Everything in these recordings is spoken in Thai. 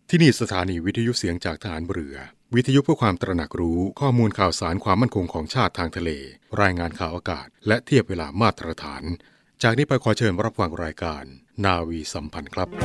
ที่นี่สถานีวิทยุเสียงจากทหารเรือวิทยุเพื่อความตระหนักรู้ข้อมูลข่าวสารความมั่นคงของชาติทางทะเลรายงานข่าวอากาศและเทียบเวลามาตรฐานจากนี้ไปขอเชิญรับฟังรายการนาวีสัมพันธ์ครับ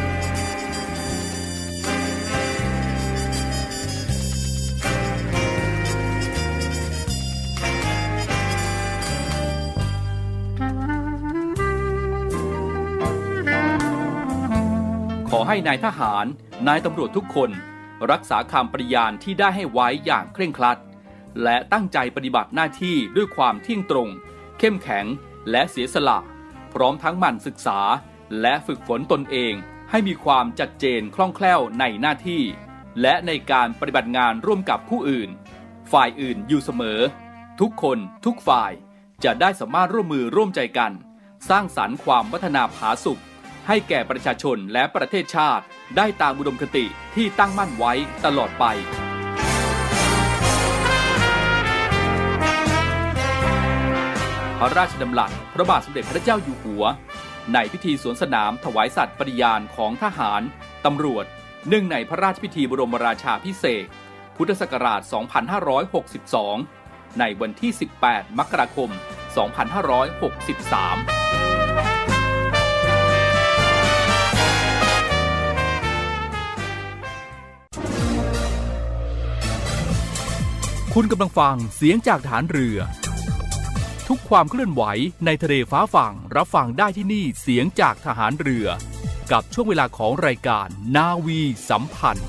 ขอให้นายทหารนายตำรวจทุกคนรักษาคำปฏิญาณที่ได้ให้ไว้อย่างเคร่งครัดและตั้งใจปฏิบัติหน้าที่ด้วยความเที่ยงตรงเข้มแข็งและเสียสละพร้อมทั้งหมั่นศึกษาและฝึกฝนตนเองให้มีความชัดเจนคล่องแคล่วในหน้าที่และในการปฏิบัติงานร่วมกับผู้อื่นฝ่ายอื่นอยู่เสมอทุกคนทุกฝ่ายจะได้สามารถร่วมมือร่วมใจกันสร้างสรรค์ความพัฒนาผาสุกให้แก่ประชาชนและประเทศชาติได้ตามอุดมคติที่ตั้งมั่นไว้ตลอดไปพระราชดำรัสพระบาทสมเด็จพระเจ้าอยู่หัวในพิธีสวนสนามถวายสัตย์ปฏิญาณของทหารตำรวจเนื่องในพระราชพิธีบรมราชาภิเษกพุทธศักราช 2562 ในวันที่ 18 มกราคม 2563คุณกำลังฟังเสียงจากฐานเรือทุกความเคลื่อนไหวในทะเลฟ้าฝั่งรับฟังได้ที่นี่เสียงจากทหารเรือกับช่วงเวลาของรายการนาวีสัมพันธ์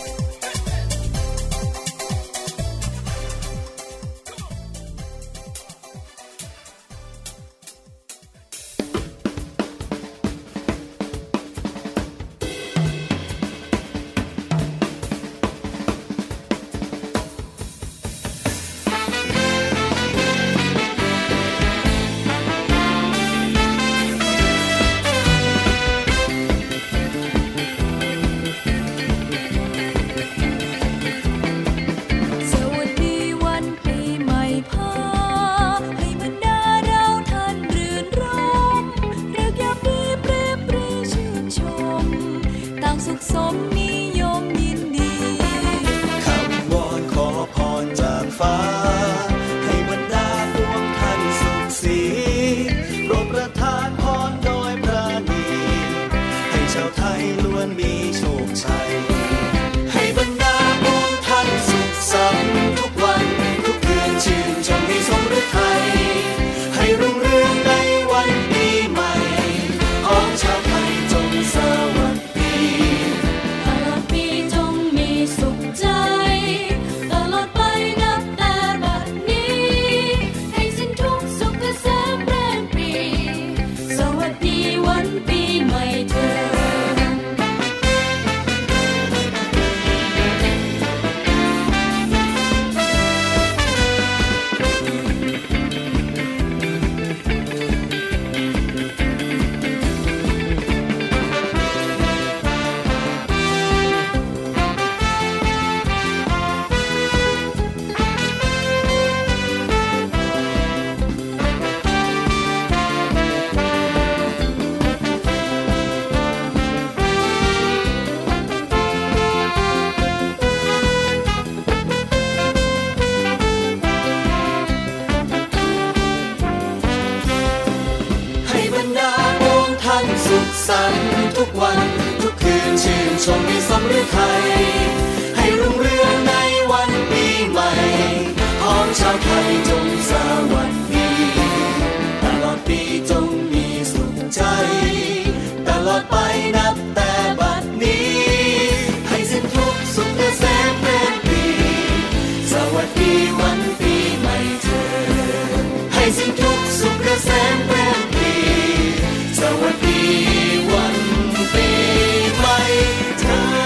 ทุกวันทุกคืนชื่นชมในสมฤทัยให้รุ่งเรืองในวันปีใหม่ของชาวไทยจงสวัสดีตลอดปีจงมีสุขใจตลอดไปนับแต่บัดนี้ให้สิ้นทุกสุขเกษมเป็นปีสวัสดีวันปีใหม่เถิดให้สิ้นทุกสุขเกษมเป็นปีสวัสดีวันปีใหม่เถิด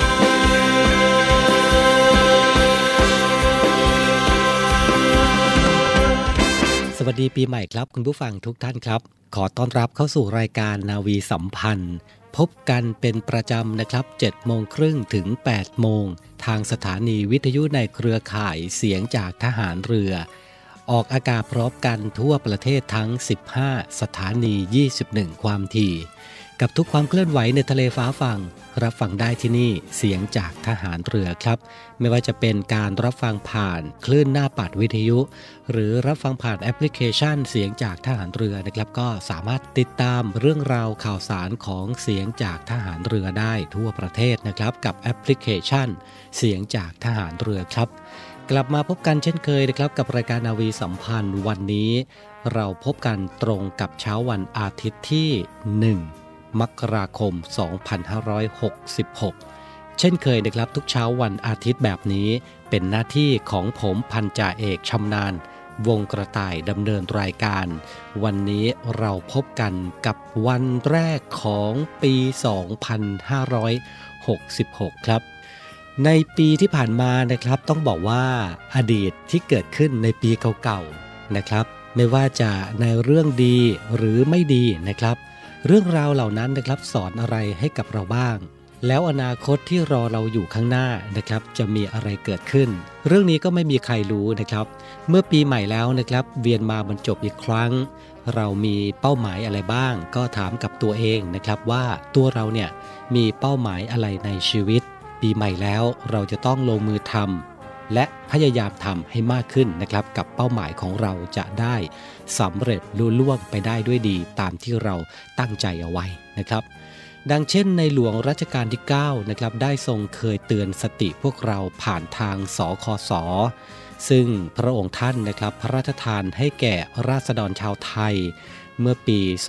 สวัสดีปีใหม่ครับคุณผู้ฟังทุกท่านครับขอต้อนรับเข้าสู่รายการนาวีสัมพันธ์พบกันเป็นประจำนะครับ 7:30 ถึง 8 โมงทางสถานีวิทยุในเครือข่ายเสียงจากทหารเรือออกอากาศพร้อมกันทั่วประเทศทั้ง15สถานี21ความถี่กับทุกความเคลื่อนไหวในทะเลฟ้าฝั่งรับฟังได้ที่นี่เสียงจากทหารเรือครับไม่ว่าจะเป็นการรับฟังผ่านคลื่นหน้าปัดวิทยุหรือรับฟังผ่านแอปพลิเคชันเสียงจากทหารเรือนะครับก็สามารถติดตามเรื่องราวข่าวสารของเสียงจากทหารเรือได้ทั่วประเทศนะครับกับแอปพลิเคชันเสียงจากทหารเรือครับกลับมาพบกันเช่นเคยนะครับกับรายการนาวีสัมพันธ์วันนี้เราพบกันตรงกับเช้าวันอาทิตย์ที่1 มกราคม 2566 เช่นเคยนะครับทุกเช้าวันอาทิตย์แบบนี้เป็นหน้าที่ของผมพันจ่าเอกชำนาญวงกระต่ายดำเนินรายการวันนี้เราพบกันกับวันแรกของปี 2566 ครับในปีที่ผ่านมานะครับต้องบอกว่าอดีตที่เกิดขึ้นในปีเก่าๆนะครับไม่ว่าจะในเรื่องดีหรือไม่ดีนะครับเรื่องราวเหล่านั้นนะครับสอนอะไรให้กับเราบ้างแล้วอนาคตที่รอเราอยู่ข้างหน้านะครับจะมีอะไรเกิดขึ้นเรื่องนี้ก็ไม่มีใครรู้นะครับเมื่อปีใหม่แล้วนะครับเวียนมาบรรจบอีกครั้งเรามีเป้าหมายอะไรบ้างก็ถามกับตัวเองนะครับว่าตัวเราเนี่ยมีเป้าหมายอะไรในชีวิตปีใหม่แล้วเราจะต้องลงมือทำและพยายามทำให้มากขึ้นนะครับกับเป้าหมายของเราจะได้สำเร็จลุล่วงไปได้ด้วยดีตามที่เราตั้งใจเอาไว้นะครับดังเช่นในหลวงรัชกาลที่9นะครับได้ทรงเคยเตือนสติพวกเราผ่านทางสคส.ซึ่งพระองค์ท่านนะครับพระราชทานให้แก่ราษฎรชาวไทยเมื่อปี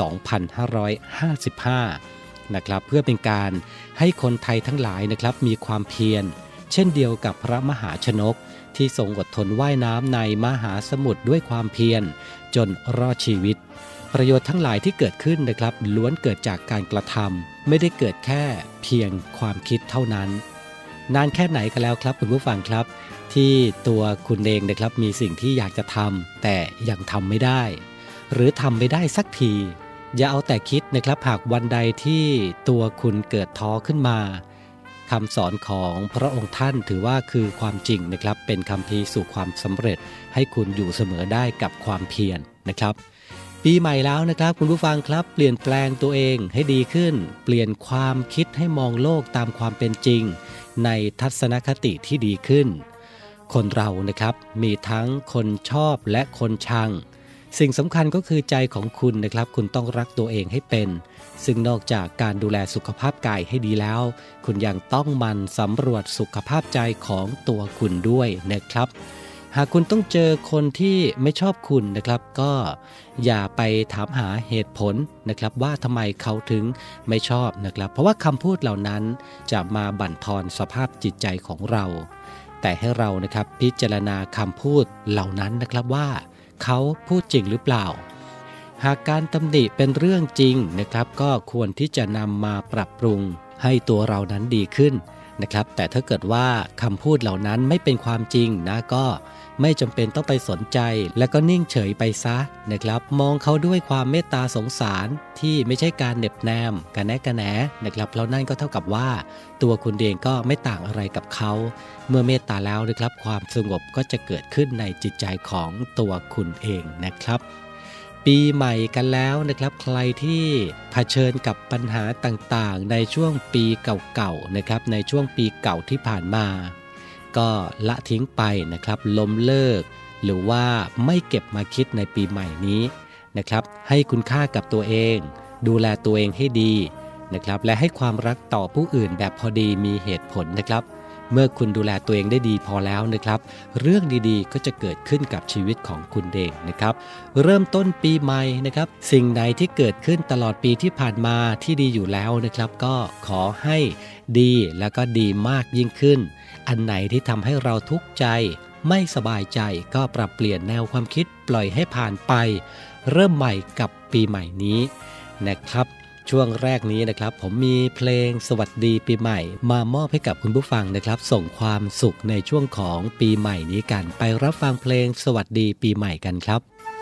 2555 นะครับเพื่อเป็นการให้คนไทยทั้งหลายนะครับมีความเพียรเช่นเดียวกับพระมหาชนกที่ทรงอดทนว่ายน้ำในมหาสมุทรด้วยความเพียรจนรอดชีวิตประโยชน์ทั้งหลายที่เกิดขึ้นนะครับล้วนเกิดจากการกระทำไม่ได้เกิดแค่เพียงความคิดเท่านั้นนานแค่ไหนกันแล้วครับคุณผู้ฟังครับที่ตัวคุณเองนะครับมีสิ่งที่อยากจะทำแต่ยังทำไม่ได้หรือทำไม่ได้สักทีอย่าเอาแต่คิดนะครับหากวันใดที่ตัวคุณเกิดท้อขึ้นมาคำสอนของพระองค์ท่านถือว่าคือความจริงนะครับเป็นคัมภีร์สู่ความสำเร็จให้คุณอยู่เสมอได้กับความเพียรนะครับปีใหม่แล้วนะครับคุณผู้ฟังครับเปลี่ยนแปลงตัวเองให้ดีขึ้นเปลี่ยนความคิดให้มองโลกตามความเป็นจริงในทัศนคติที่ดีขึ้นคนเรานะครับมีทั้งคนชอบและคนชังสิ่งสำคัญก็คือใจของคุณนะครับคุณต้องรักตัวเองให้เป็นซึ่งนอกจากการดูแลสุขภาพกายให้ดีแล้วคุณยังต้องหมั่นสำรวจสุขภาพใจของตัวคุณด้วยนะครับหากคุณต้องเจอคนที่ไม่ชอบคุณนะครับก็อย่าไปถามหาเหตุผลนะครับว่าทำไมเขาถึงไม่ชอบนะครับเพราะว่าคำพูดเหล่านั้นจะมาบั่นทอนสภาพจิตใจของเราแต่ให้เรานะครับพิจารณาคำพูดเหล่านั้นนะครับว่าเขาพูดจริงหรือเปล่าหากการตำหนิเป็นเรื่องจริงนะครับก็ควรที่จะนำมาปรับปรุงให้ตัวเรานั้นดีขึ้นนะครับแต่ถ้าเกิดว่าคำพูดเหล่านั้นไม่เป็นความจริงนะก็ไม่จำเป็นต้องไปสนใจและก็นิ่งเฉยไปซะนะครับมองเขาด้วยความเมตตาสงสารที่ไม่ใช่การเหน็บแนมกระแนะกระแหนนะครับเพราะนั่นก็เท่ากับว่าตัวคุณเองก็ไม่ต่างอะไรกับเขาเมื่อเมตตาแล้วนะครับความสงบก็จะเกิดขึ้นในจิตใจของตัวคุณเองนะครับปีใหม่กันแล้วนะครับใครที่เผชิญกับปัญหาต่างๆในช่วงปีเก่าๆนะครับในช่วงปีเก่าที่ผ่านมาก็ละทิ้งไปนะครับล้มเลิกหรือว่าไม่เก็บมาคิดในปีใหม่นี้นะครับให้คุณค่ากับตัวเองดูแลตัวเองให้ดีนะครับและให้ความรักต่อผู้อื่นแบบพอดีมีเหตุผลนะครับเมื่อคุณดูแลตัวเองได้ดีพอแล้วนะครับเรื่องดีๆก็จะเกิดขึ้นกับชีวิตของคุณเองนะครับเริ่มต้นปีใหม่นะครับสิ่งใดที่เกิดขึ้นตลอดปีที่ผ่านมาที่ดีอยู่แล้วนะครับก็ขอให้ดีแล้วก็ดีมากยิ่งขึ้นอันไหนที่ทำให้เราทุกข์ใจไม่สบายใจก็ปรับเปลี่ยนแนวความคิดปล่อยให้ผ่านไปเริ่มใหม่กับปีใหม่นี้นะครับช่วงแรกนี้นะครับผมมีเพลงสวัสดีปีใหม่มามอบให้กับคุณผู้ฟังนะครับส่งความสุขในช่วงของปีใหม่นี้กันไปรับฟังเพลงสวัสดีปีใหม่กันครับ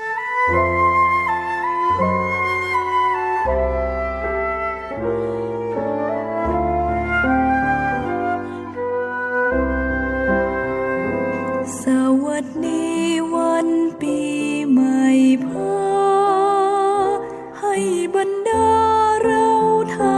สวัสดีวันปีใหม่พาให้บรรดาเราทั้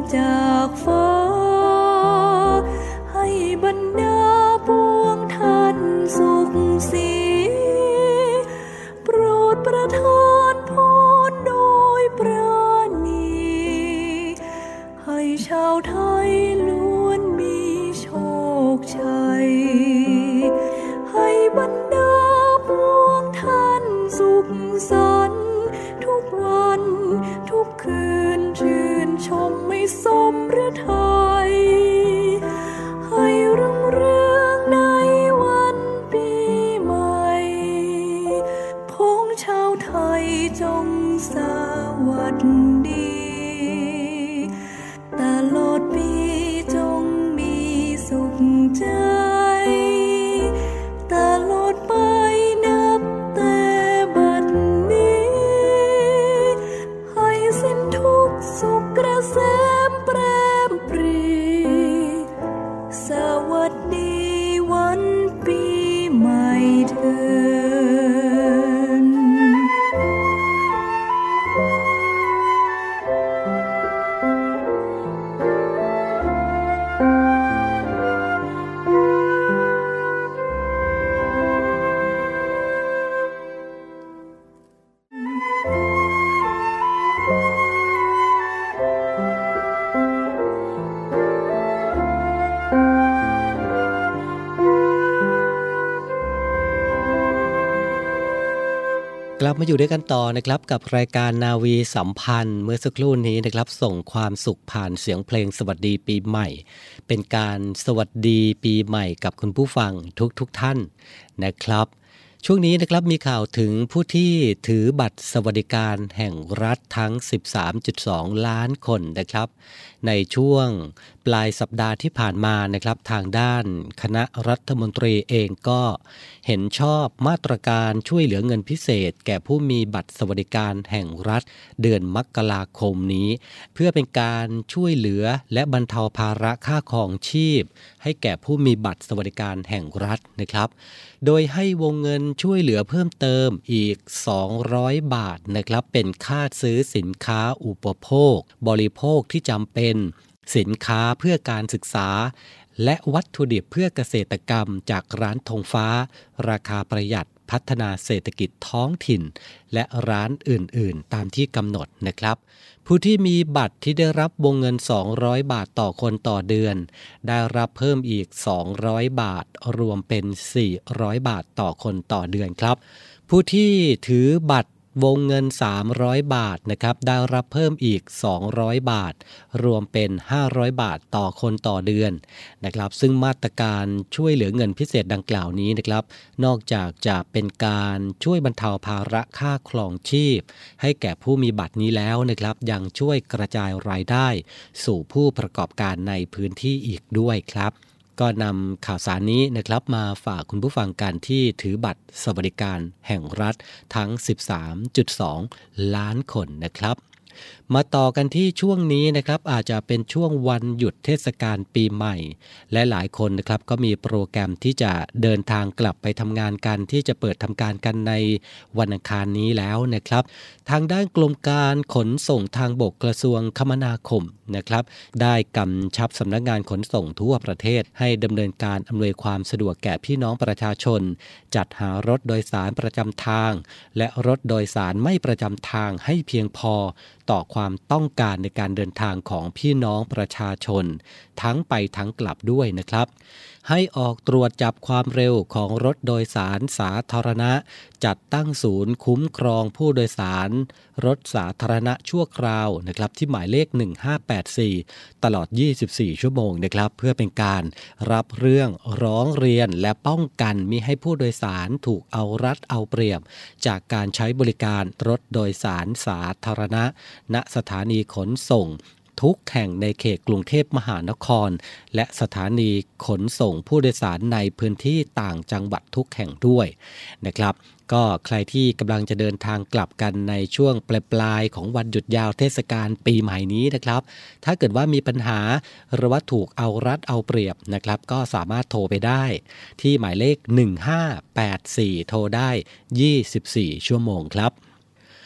จากฟ้าให้บรรดาปวงท่านสุขสีโปรดประทานพรโดยปราณีให้ชาวไทยล้วนมีโชคชัยให้บรรดาปวงท่านสุขสันต์ทุกวันทุกคืนชื่นชมไม่สมฤทัยให้รุ่งเรืองในวันปีใหม่พงชาวไทยจงสวัสดีตลอดปีจงมีสุขใจตลอดไปนับแต่บัดนี้ให้สิ้นทุกสุขเกษมแปรมปรีสวัสดีวันปีใหม่เถิดกลับมาอยู่ด้วยกันต่อนะครับกับรายการนาวีสัมพันธ์เมื่อสักครู่นี้นะครับส่งความสุขผ่านเสียงเพลงสวัสดีปีใหม่เป็นการสวัสดีปีใหม่กับคุณผู้ฟังทุกท่านนะครับช่วงนี้นะครับมีข่าวถึงผู้ที่ถือบัตรสวัสดิการแห่งรัฐทั้ง 13.2 ล้านคนนะครับในช่วงปลายสัปดาห์ที่ผ่านมานะครับทางด้านคณะรัฐมนตรีเองก็เห็นชอบมาตรการช่วยเหลือเงินพิเศษแก่ผู้มีบัตรสวัสดิการแห่งรัฐเดือนมกราคมนี้เพื่อเป็นการช่วยเหลือและบรรเทาภาระค่าครองชีพให้แก่ผู้มีบัตรสวัสดิการแห่งรัฐนะครับโดยให้วงเงินช่วยเหลือเพิ่มเติมอีก200 บาทนะครับเป็นค่าซื้อสินค้าอุปโภคบริโภคที่จำเป็นสินค้าเพื่อการศึกษาและวัตถุดิบเพื่อเกษตรกรรมจากร้านธงฟ้าราคาประหยัดพัฒนาเศรษฐกิจท้องถิ่นและร้านอื่นๆตามที่กำหนดนะครับผู้ที่มีบัตรที่ได้รับวงเงิน200 บาทต่อคนต่อเดือนได้รับเพิ่มอีก200 บาทรวมเป็น400 บาทต่อคนต่อเดือนครับผู้ที่ถือบัตรวงเงิน300 บาทนะครับได้รับเพิ่มอีก200 บาทรวมเป็น500 บาทต่อคนต่อเดือนนะครับซึ่งมาตรการช่วยเหลือเงินพิเศษดังกล่าวนี้นะครับนอกจากจะเป็นการช่วยบรรเทาภาระค่าครองชีพให้แก่ผู้มีบัตรนี้แล้วนะครับยังช่วยกระจายรายได้สู่ผู้ประกอบการในพื้นที่อีกด้วยครับก็นำข่าวสารนี้นะครับมาฝากคุณผู้ฟังกันที่ถือบัตรสวัสดิการแห่งรัฐทั้ง 13.2 ล้านคนนะครับมาต่อกันที่ช่วงนี้นะครับอาจจะเป็นช่วงวันหยุดเทศกาลปีใหม่และหลายคนนะครับก็มีโปรแกรมที่จะเดินทางกลับไปทำงานกันที่จะเปิดทำการกันในวันอังคารนี้แล้วนะครับทางด้านกรมการขนส่งทางบกกระทรวงคมนาคมนะครับได้กำชับสำนักงานขนส่งทั่วประเทศให้ดำเนินการอำนวยความสะดวกแก่พี่น้องประชาชนจัดหารถโดยสารประจำทางและรถโดยสารไม่ประจำทางให้เพียงพอต่อความต้องการในการเดินทางของพี่น้องประชาชนทั้งไปทั้งกลับด้วยนะครับให้ออกตรวจจับความเร็วของรถโดยสารสาธารณะจัดตั้งศูนย์คุ้มครองผู้โดยสารรถสาธารณะชั่วคราวนะครับที่หมายเลข1584ตลอด24ชั่วโมงนะครับเพื่อเป็นการรับเรื่องร้องเรียนและป้องกันมิให้ผู้โดยสารถูกเอารัดเอาเปรียบจากการใช้บริการรถโดยสารสาธารณะณสถานีขนส่งทุกแห่งในเขตกรุงเทพมหานครและสถานีขนส่งผู้โดยสารในพื้นที่ต่างจังหวัดทุกแห่งด้วยนะครับก็ใครที่กำลังจะเดินทางกลับกันในช่วงปลายของวันหยุดยาวเทศกาลปีใหม่นี้นะครับถ้าเกิดว่ามีปัญหาหรือว่าถูกเอารัดเอาเปรียบนะครับก็สามารถโทรไปได้ที่หมายเลข1584โทรได้24ชั่วโมงครับ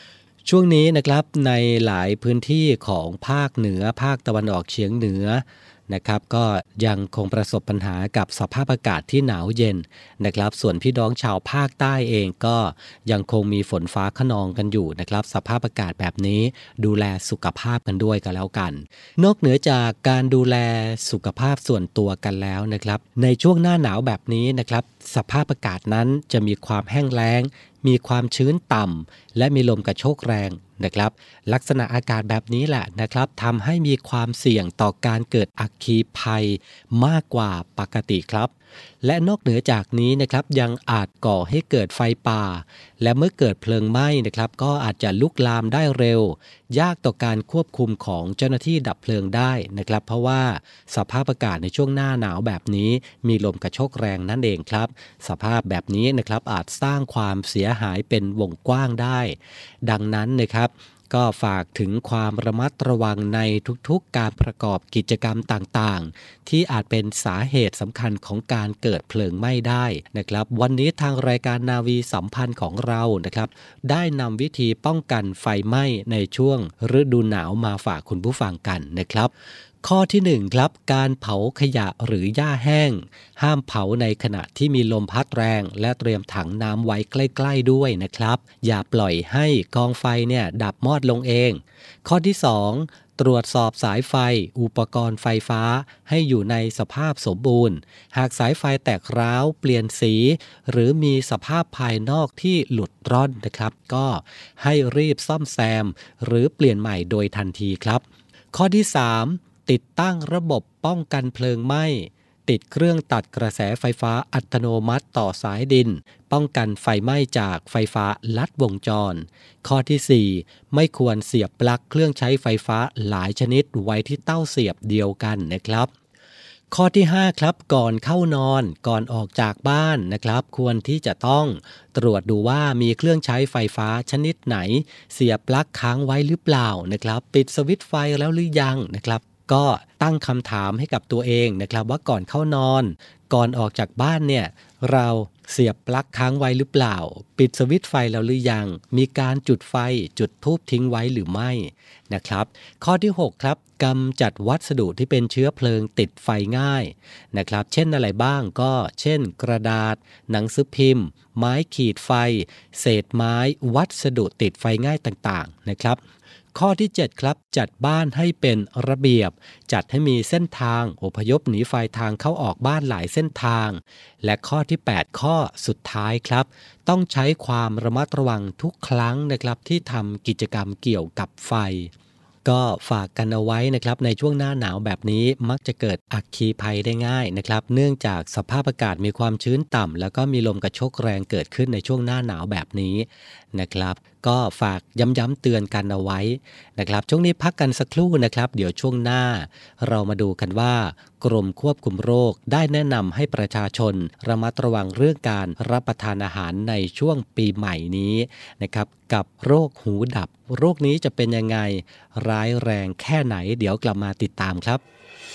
ช่วงนี้นะครับในหลายพื้นที่ของภาคเหนือภาคตะวันออกเฉียงเหนือนะครับก็ยังคงประสบปัญหากับสภาพอากาศที่หนาวเย็นนะครับส่วนพี่น้องชาวภาคใต้เองก็ยังคงมีฝนฟ้าคะนองกันอยู่นะครับสภาพอากาศแบบนี้ดูแลสุขภาพกันด้วยกันแล้วกันนอกเหนือจากการดูแลสุขภาพส่วนตัวกันแล้วนะครับในช่วงหน้าหนาวแบบนี้นะครับสภาพอากาศนั้นจะมีความแห้งแล้งมีความชื้นต่ำและมีลมกระโชกแรงนะครับลักษณะอากาศแบบนี้แหละนะครับทำให้มีความเสี่ยงต่อการเกิดอัคคีภัยมากกว่าปกติครับและนอกเหนือจากนี้นะครับยังอาจก่อให้เกิดไฟป่าและเมื่อเกิดเพลิงไหม้นะครับก็อาจจะลุกลามได้เร็วยากต่อการควบคุมของเจ้าหน้าที่ดับเพลิงได้นะครับเพราะว่าสภาพอากาศในช่วงหน้าหนาวแบบนี้มีลมกระโชกแรงนั่นเองครับสภาพแบบนี้นะครับอาจสร้างความเสียหายเป็นวงกว้างได้ดังนั้นนะครับก็ฝากถึงความระมัดระวังในทุกๆการประกอบกิจกรรมต่างๆที่อาจเป็นสาเหตุสำคัญของการเกิดเพลิงไหม้ได้นะครับวันนี้ทางรายการนาวีสัมพันธ์ของเรานะครับได้นำวิธีป้องกันไฟไหม้ในช่วงฤดูหนาวมาฝากคุณผู้ฟังกันนะครับข้อที่1ครับการเผาขยะหรือหญ้าแห้งห้ามเผาในขณะที่มีลมพัดแรงและเตรียมถังน้ำไว้ใกล้ๆด้วยนะครับอย่าปล่อยให้กองไฟเนี่ยดับมอดลงเองข้อที่2ตรวจสอบสายไฟอุปกรณ์ไฟฟ้าให้อยู่ในสภาพสมบูรณ์หากสายไฟแตกร้าวเปลี่ยนสีหรือมีสภาพภายนอกที่หลุดร่อนนะครับก็ให้รีบซ่อมแซมหรือเปลี่ยนใหม่โดยทันทีครับข้อที่3ติดตั้งระบบป้องกันเพลิงไหม้ติดเครื่องตัดกระแสไฟฟ้าอัตโนมัติต่อสายดินป้องกันไฟไหม้จากไฟฟ้าลัดวงจรข้อที่4ไม่ควรเสียบปลั๊กเครื่องใช้ไฟฟ้าหลายชนิดไว้ที่เต้าเสียบเดียวกันนะครับข้อที่5ครับก่อนเข้านอนก่อนออกจากบ้านนะครับควรที่จะต้องตรวจดูว่ามีเครื่องใช้ไฟฟ้าชนิดไหนเสียบปลั๊กค้างไว้หรือเปล่านะครับปิดสวิตช์ไฟแล้วหรือยังนะครับก็ตั้งคำถามให้กับตัวเองนะครับว่าก่อนเข้านอนก่อนออกจากบ้านเนี่ยเราเสียบปลั๊กค้างไว้หรือเปล่าปิดสวิตช์ไฟแล้วหรือยังมีการจุดไฟจุดธูปทิ้งไว้หรือไม่นะครับข้อที่6ครับกำจัดวัสดุที่เป็นเชื้อเพลิงติดไฟง่ายนะครับเช่นอะไรบ้างก็เช่นกระดาษหนังสือพิมพ์ไม้ขีดไฟเศษไม้วัสดุติดไฟง่ายต่างๆนะครับข้อที่7ครับจัดบ้านให้เป็นระเบียบจัดให้มีเส้นทางอพยพหนีไฟทางเข้าออกบ้านหลายเส้นทางและข้อที่8ข้อสุดท้ายครับต้องใช้ความระมัดระวังทุกครั้งนะครับที่ทำกิจกรรมเกี่ยวกับไฟก็ฝากกันเอาไว้นะครับในช่วงหน้าหนาวแบบนี้มักจะเกิดอัคคีภัยได้ง่ายนะครับเนื่องจากสภาพอากาศมีความชื้นต่ำแล้วก็มีลมกระโชกแรงเกิดขึ้นในช่วงหน้าหนาวแบบนี้นะครับก็ฝากย้ำเตือนกันเอาไว้นะครับช่วงนี้พักกันสักครู่นะครับเดี๋ยวช่วงหน้าเรามาดูกันว่ากรมควบคุมโรคได้แนะนำให้ประชาชนระมัดระวังเรื่องการรับประทานอาหารในช่วงปีใหม่นี้นะครับกับโรคหูดับโรคนี้จะเป็นยังไงร้ายแรงแค่ไหนเดี๋ยวกลับมาติดตามครับ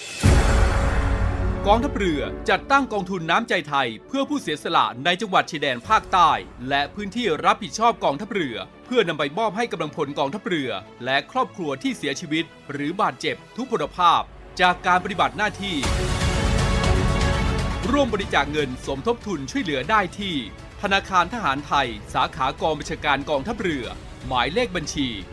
กองทัพเรือจัดตั้งกองทุนน้ำใจไทยเพื่อผู้เสียสละในจังหวัดชายแดนภาคใต้และพื้นที่รับผิดชอบกองทัพเรือเพื่อนำไปมอบให้กำลังพลกองทัพเรือและครอบครัวที่เสียชีวิตหรือบาดเจ็บทุพพลภาพจากการปฏิบัติหน้าที่ร่วมบริจาคเงินสมทบทุนช่วยเหลือได้ที่ธนาคารทหารไทยสาขากองบัญชาการกองทัพเรือหมายเลขบัญชี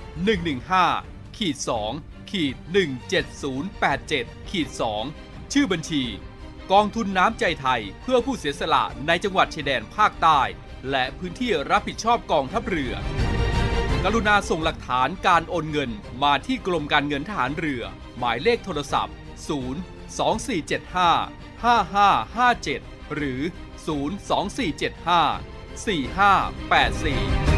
115-2-17087-2ชื่อบัญชีกองทุนน้ำใจไทยเพื่อผู้เสียสละในจังหวัดชายแดนภาคใต้และพื้นที่รับผิดชอบกองทัพเรือกรุณาส่งหลักฐานการโอนเงินมาที่กรมการเงินทหารเรือหมายเลขโทรศัพท์024755557หรือ024754584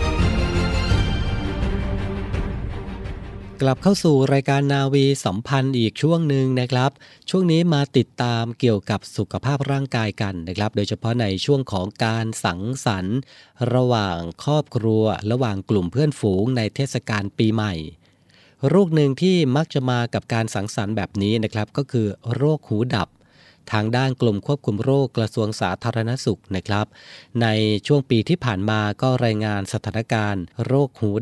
กลับเข้าสู่รายการนาวีสัมพันธ์อีกช่วงหนึ่งนะครับช่วงนี้มาติดตามเกี่ยวกับสุขภาพร่างกายกันนะครับโดยเฉพาะในช่วงของการสังสรรค์ระหว่างครอบครัวระหว่างกลุ่มเพื่อนฝูงในเทศกาลปีใหม่โรคหนึ่งที่มักจะมากับการสังสรรค์แบบนี้นะครับก็คือโรคหูดับทางด้านกรมควบคุมโรคกระทรวงสาธารณสุขนะครับในช่วงปีที่ผ่านมาก็รายงานสถานการณ์โรคหูดับ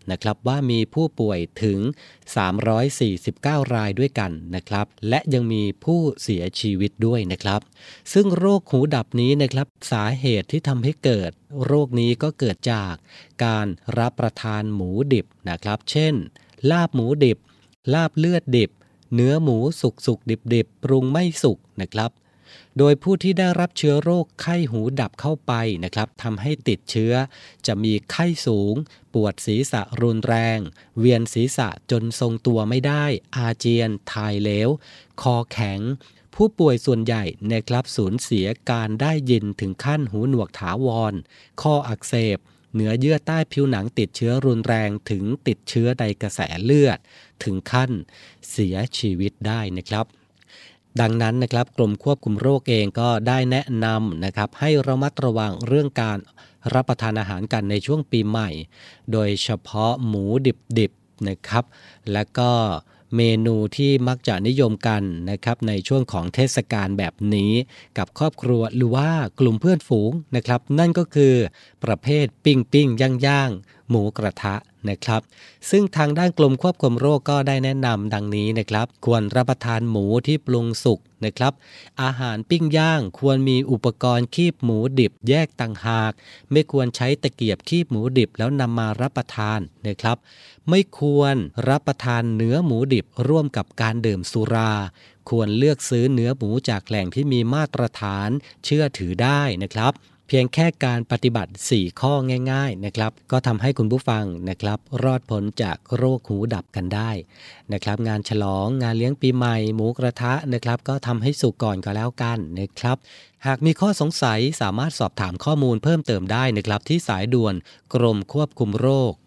นะครับว่ามีผู้ป่วยถึง349รายด้วยกันนะครับและยังมีผู้เสียชีวิตด้วยนะครับซึ่งโรคหูดับนี้นะครับสาเหตุที่ทำให้เกิดโรคนี้ก็เกิดจากการรับประทานหมูดิบนะครับเช่นลาบหมูดิบลาบเลือดดิบเนื้อหมูสุกดิบปรุงไม่สุกนะครับโดยผู้ที่ได้รับเชื้อโรคไข้หูดับเข้าไปนะครับทำให้ติดเชื้อจะมีไข้สูงปวดศีรษะรุนแรงเวียนศีรษะจนทรงตัวไม่ได้อาเจียนถ่ายเหลวคอแข็งผู้ป่วยส่วนใหญ่นะครับสูญเสียการได้ยินถึงขั้นหูหนวกถาวรข้ออักเสบเนื้อเยื่อใต้ผิวหนังติดเชื้อรุนแรงถึงติดเชื้อในกระแสเลือดถึงขั้นเสียชีวิตได้นะครับดังนั้นนะครับกรมควบคุมโรคเองก็ได้แนะนำนะครับให้ระมัดระวังเรื่องการรับประทานอาหารกันในช่วงปีใหม่โดยเฉพาะหมูดิบๆนะครับและก็เมนูที่มักจะนิยมกันนะครับในช่วงของเทศกาลแบบนี้กับครอบครัวหรือว่ากลุ่มเพื่อนฝูงนะครับนั่นก็คือประเภทปิ้งย่างหมูกระทะนะครับซึ่งทางด้านกรมควบคุมโรคก็ได้แนะนำดังนี้นะครับควรรับประทานหมูที่ปรุงสุกนะครับอาหารปิ้งย่างควรมีอุปกรณ์คีบหมูดิบแยกต่างหากไม่ควรใช้ตะเกียบคีบหมูดิบแล้วนำมารับประทานนะครับไม่ควรรับประทานเนื้อหมูดิบร่วมกับการดื่มสุราควรเลือกซื้อเนื้อหมูจากแหล่งที่มีมาตรฐานเชื่อถือได้นะครับเพียงแค่การปฏิบัติ4ข้อง่ายๆนะครับก็ทำให้คุณผู้ฟังนะครับรอดพ้นจากโรคหูดับกันได้นะครับงานฉลองงานเลี้ยงปีใหม่หมูกระทะนะครับก็ทำให้สุกก่อนก็แล้วกันนะครับหากมีข้อสงสัยสามารถสอบถามข้อมูลเพิ่มเติมได้นะครับที่สายด่วนกรมควบคุมโรค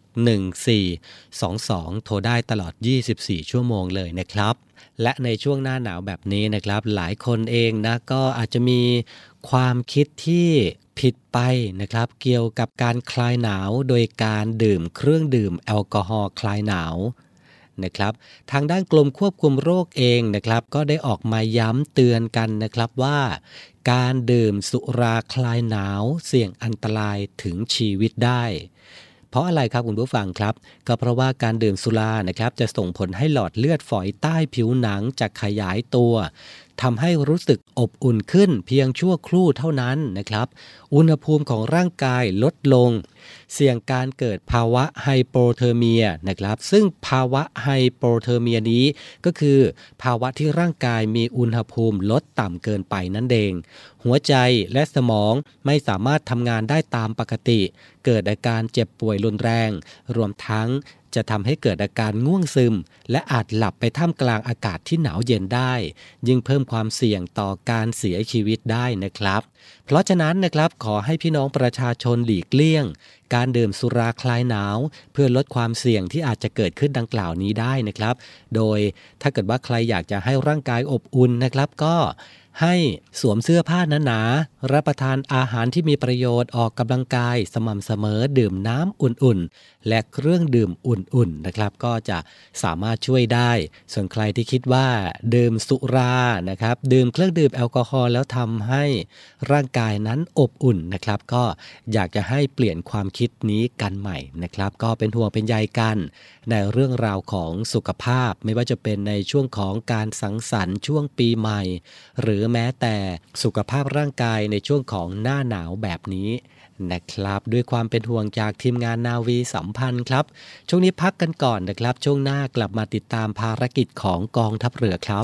1422โทรได้ตลอด24ชั่วโมงเลยนะครับและในช่วงหน้าหนาวแบบนี้นะครับหลายคนเองนะก็อาจจะมีความคิดที่ผิดไปนะครับเกี่ยวกับการคลายหนาวโดยการดื่มเครื่องดื่มแอลกอฮอล์คลายหนาวนะครับทางด้านกรมควบคุมโรคเองนะครับก็ได้ออกมาย้ำเตือนกันนะครับว่าการดื่มสุราคลายหนาวเสี่ยงอันตรายถึงชีวิตได้เพราะอะไรครับคุณผู้ฟังครับก็เพราะว่าการดื่มสุรานะครับจะส่งผลให้หลอดเลือดฝอยใต้ผิวหนังจะขยายตัวทำให้รู้สึกอบอุ่นขึ้นเพียงชั่วครู่เท่านั้นนะครับอุณหภูมิของร่างกายลดลงเสี่ยงการเกิดภาวะไฮโปเทอร์เมียนะครับซึ่งภาวะไฮโปเทอร์เมียนี้ก็คือภาวะที่ร่างกายมีอุณหภูมิลดต่ำเกินไปนั่นเองหัวใจและสมองไม่สามารถทำงานได้ตามปกติเกิดอาการเจ็บป่วยรุนแรงรวมทั้งจะทำให้เกิดอาการง่วงซึมและอาจหลับไปท่ามกลางอากาศที่หนาวเย็นได้ยิ่งเพิ่มความเสี่ยงต่อการเสียชีวิตได้นะครับเพราะฉะนั้นนะครับขอให้พี่น้องประชาชนหลีกเลี่ยงการดื่มสุราคลายหนาวเพื่อลดความเสี่ยงที่อาจจะเกิดขึ้นดังกล่าวนี้ได้นะครับโดยถ้าเกิดว่าใครอยากจะให้ร่างกายอบอุ่นนะครับก็ให้สวมเสื้อผ้าหนาๆรับประทานอาหารที่มีประโยชน์ออกกำลังกายสม่ำเสมอดื่มน้ำอุ่นๆและเครื่องดื่มอุ่นๆนะครับก็จะสามารถช่วยได้ส่วนใครที่คิดว่าดื่มสุรานะครับดื่มเครื่องดื่มแอลกอฮอล์แล้วทำให้ร่างกายนั้นอบอุ่นนะครับก็อยากจะให้เปลี่ยนความคิดนี้กันใหม่นะครับก็เป็นห่วงเป็นใยกันในเรื่องราวของสุขภาพไม่ว่าจะเป็นในช่วงของการสังสรรค์ช่วงปีใหม่หรือแม้แต่สุขภาพร่างกายในช่วงของหน้าหนาวแบบนี้นะครับด้วยความเป็นห่วงจากทีมงานนาวีสัมพันธ์ครับช่วงนี้พักกันก่อนนะครับช่วงหน้ากลับมาติดตามภารกิจของกองทัพเรือครับ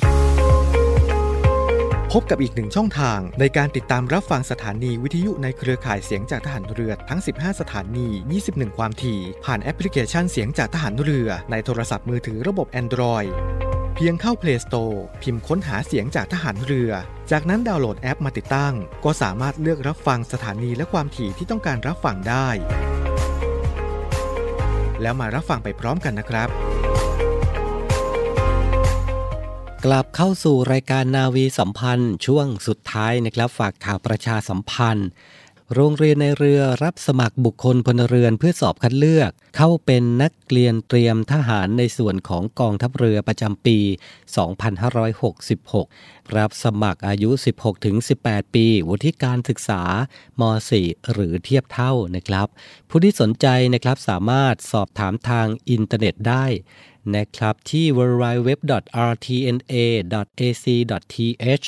พบกับอีกหนึ่งช่องทางในการติดตามรับฟังสถานีวิทยุในเครือข่ายเสียงจากทหารเรือทั้ง15สถานี21ความถี่ผ่านแอปพลิเคชันเสียงจากทหารเรือในโทรศัพท์มือถือระบบ Androidเพียงเข้า Play Store พิมพ์ค้นหาเสียงจากทหารเรือจากนั้นดาวน์โหลดแอปมาติดตั้งก็สามารถเลือกรับฟังสถานีและความถี่ที่ต้องการรับฟังได้แล้วมารับฟังไปพร้อมกันนะครับกลับเข้าสู่รายการนาวีสัมพันธ์ช่วงสุดท้ายนะครับฝากข่าวประชาสัมพันธ์โรงเรียนในเรือรับสมัครบุคคลพลเรือนเพื่อสอบคัดเลือกเข้าเป็นนักเรียนเตรียมทหารในส่วนของกองทัพเรือประจำปี 2566 รับสมัครอายุ 16-18 ปีวุฒิการศึกษาม.4 หรือเทียบเท่านะครับผู้ที่สนใจนะครับสามารถสอบถามทางอินเทอร์เน็ตได้นะครับที่ www.rtna.ac.th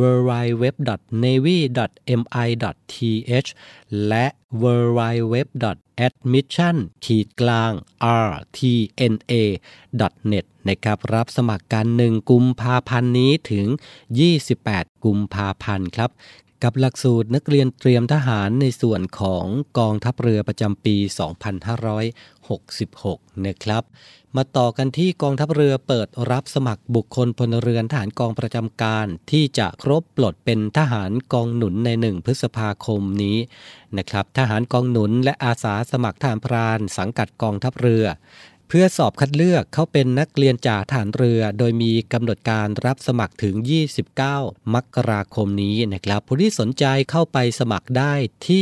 www.navy.mi.th และ www.admission-rtna.net นะครับรับสมัครกัน1 กุมภาพันธ์นี้ถึง 28 กุมภาพันธ์ครับกับหลักสูตรนักเรียนเตรียมทหารในส่วนของกองทัพเรือประจำปี 2566 นะครับมาต่อกันที่กองทัพเรือเปิดรับสมัครบุคคลพลเรือนทหารกองประจำการที่จะครบปลดเป็นทหารกองหนุนใน1 พฤษภาคมนี้นะครับทหารกองหนุนและอาสาสมัครทหารพรานสังกัดกองทัพเรือเพื่อสอบคัดเลือกเข้าเป็นนักเรียนจ่าทหารเรือโดยมีกำหนดการรับสมัครถึง 29 มกราคมนี้นะครับผู้ที่สนใจเข้าไปสมัครได้ที่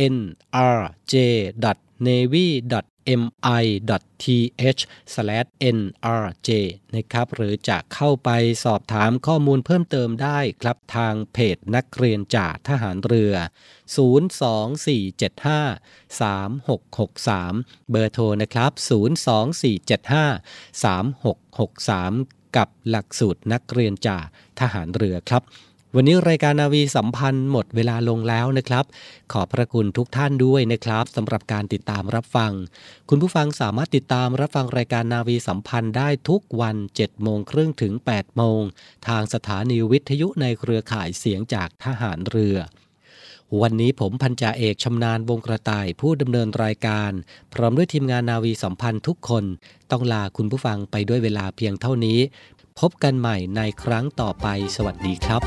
nrj.navy.mi.th/nrj นะครับหรือจะเข้าไปสอบถามข้อมูลเพิ่มเติมได้ครับทางเพจนักเรียนจ่าทหารเรือ 024753663 เบอร์โทรนะครับ 024753663 กับหลักสูตรนักเรียนจ่าทหารเรือครับวันนี้รายการนาวีสัมพันธ์หมดเวลาลงแล้วนะครับขอบพระคุณทุกท่านด้วยนะครับสำหรับการติดตามรับฟังคุณผู้ฟังสามารถติดตามรับฟังรายการนาวีสัมพันธ์ได้ทุกวัน 7:30 ถึง 8:00 นทางสถานีวิทยุในเครือข่ายเสียงจากทหารเรือวันนี้ผมพันจ่าเอกชำนาญวงกระต่ายผู้ดำเนินรายการพร้อมด้วยทีมงานนาวีสัมพันธ์ทุกคนต้องลาคุณผู้ฟังไปด้วยเวลาเพียงเท่านี้พบกันใหม่ในครั้งต่อไปสวัสดีครับ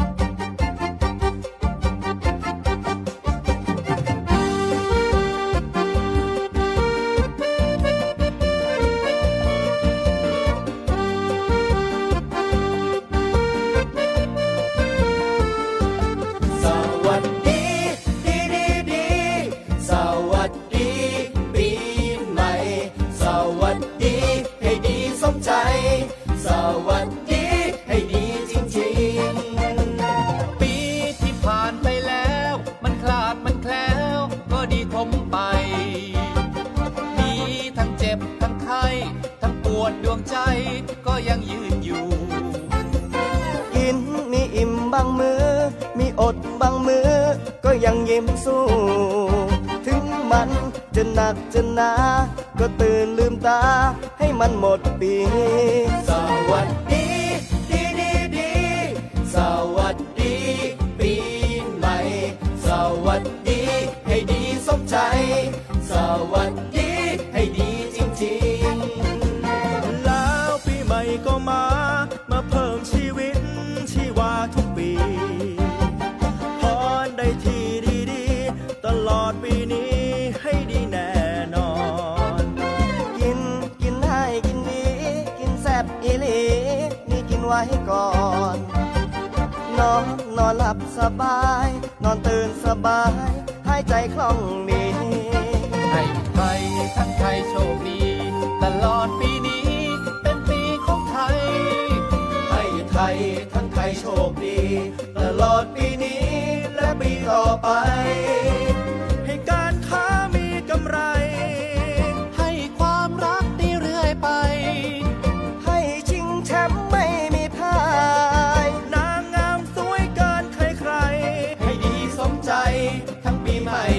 ดวงใจก็ยังยืนอยู่กินมีอิ่มบางมือมีอดบางมือก็ยังยิ้มสู้ถึงมันจะหนักจะหนาก็ตื่นลืมตาให้มันหมดปีสวัสดีดีดีดีสวัสดีปีใหม่สวัสดีให้ดีสมใจสวัสดีให้ดีจริงๆแล้วปีใหม่ก็มาเพิ่มชีวิตชีวาทุกปีพรได้ที่ดีๆตลอดปีนี้ให้ดีแน่นอนกินให้กินดีกินแซ่บอีหลีนี่กินไว้ก่อนนอนหลับสบายนอนตื่นสบายหายใจคล่องดีให้ไทยทั้งไทยโชคดีตลอดปีนี้เป็นปีของไทยให้ไทยทั้งไทยโชคดีตลอดปีนี้และปีต่อไปให้การค้ามีกำไรให้ความรักดีเรื่อยไปให้ชิงแชมป์ไม่มีพ่ายนางงามสวยเกินใครๆให้ดีสมใจทั้งปีใหม่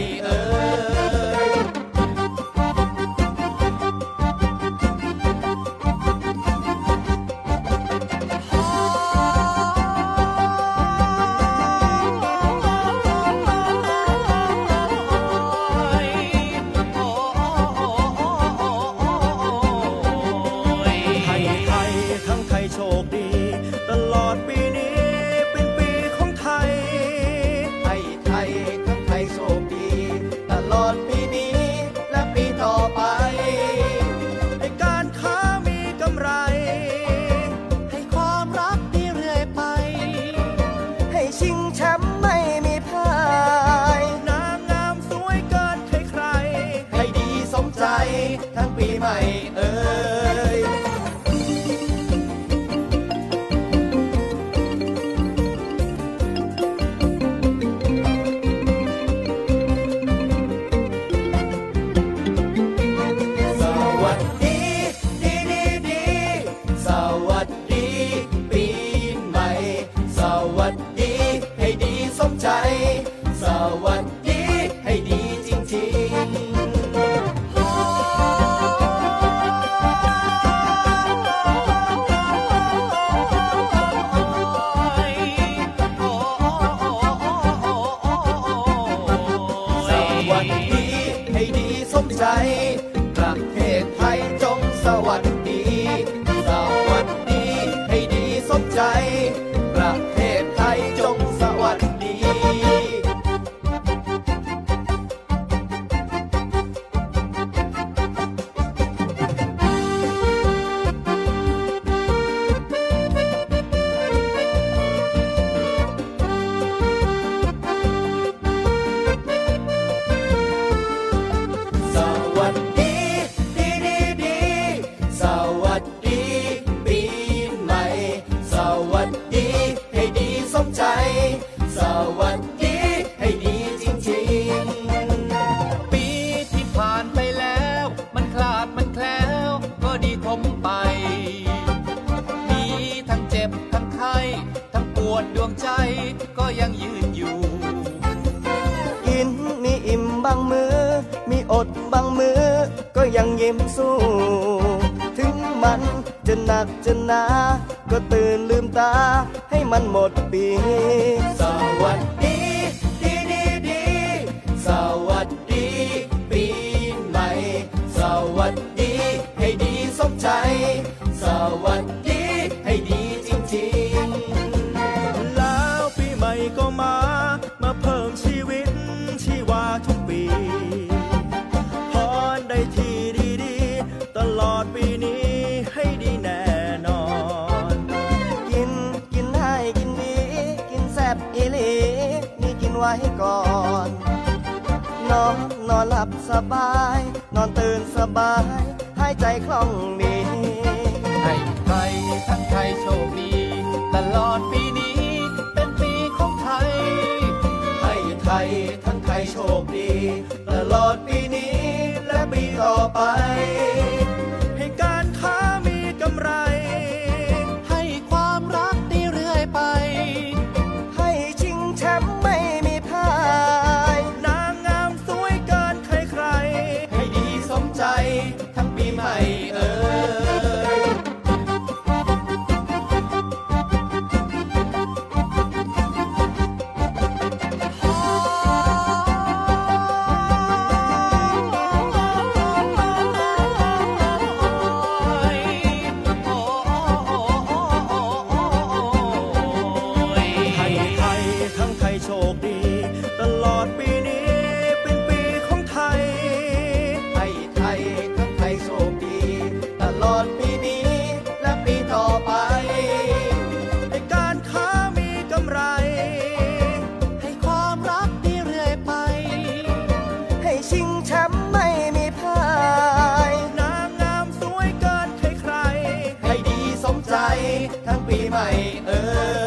ชิงแชมป์ไม่มีพ่ายนางประเทศไทยจงสวัสดี สวัสดีดีสวัสดีปีใหม่สวัสดีให้ดีสมใจสวัสดีให้ดีจริงๆปีที่ผ่านไปแล้วมันคลาดมันแคล้วก็ดีทมไปมีทั้งเจ็บทั้งไข้ทั้งปวดดวงใจก็ยังยืนอยู่กินมีอิ่มบางมือมีอดบางมือก็ยังยิ้มสู้ถึงมันจะหนักจะหนาก็ตื่นลืมตาให้มันหมดปีสวัสดีดีสวัสดีปีใหม่สวัสดีให้ดีสมใจสวัสดีให้ดีจริงๆแล้วปีใหม่ก็มาเพิ่มชีวิตชีวาทุกปีพรได้ที่ดีๆตลอดปีนี้ให้ดีแน่นอนกินให้กินดีกินแซ่บอีหลีนี่กินไว้ก่อนนอนหลับสบายนอนตื่นสบายหายใจคล่องดีให้ไทยทั้งไทยโชคดีตลอดปีนี้เป็นปีของไทยให้ไทยทั้งไทยโชคดีตลอดปีนี้และปีต่อไปให้การค้ามีกำไรให้ความรักดีเรื่อยไปให้ชิงแชมป์ไม่มีพ่ายนางงามสวยเกินใครๆให้ดีสมใจทั้งปีใหม่ทั้งปีใหม่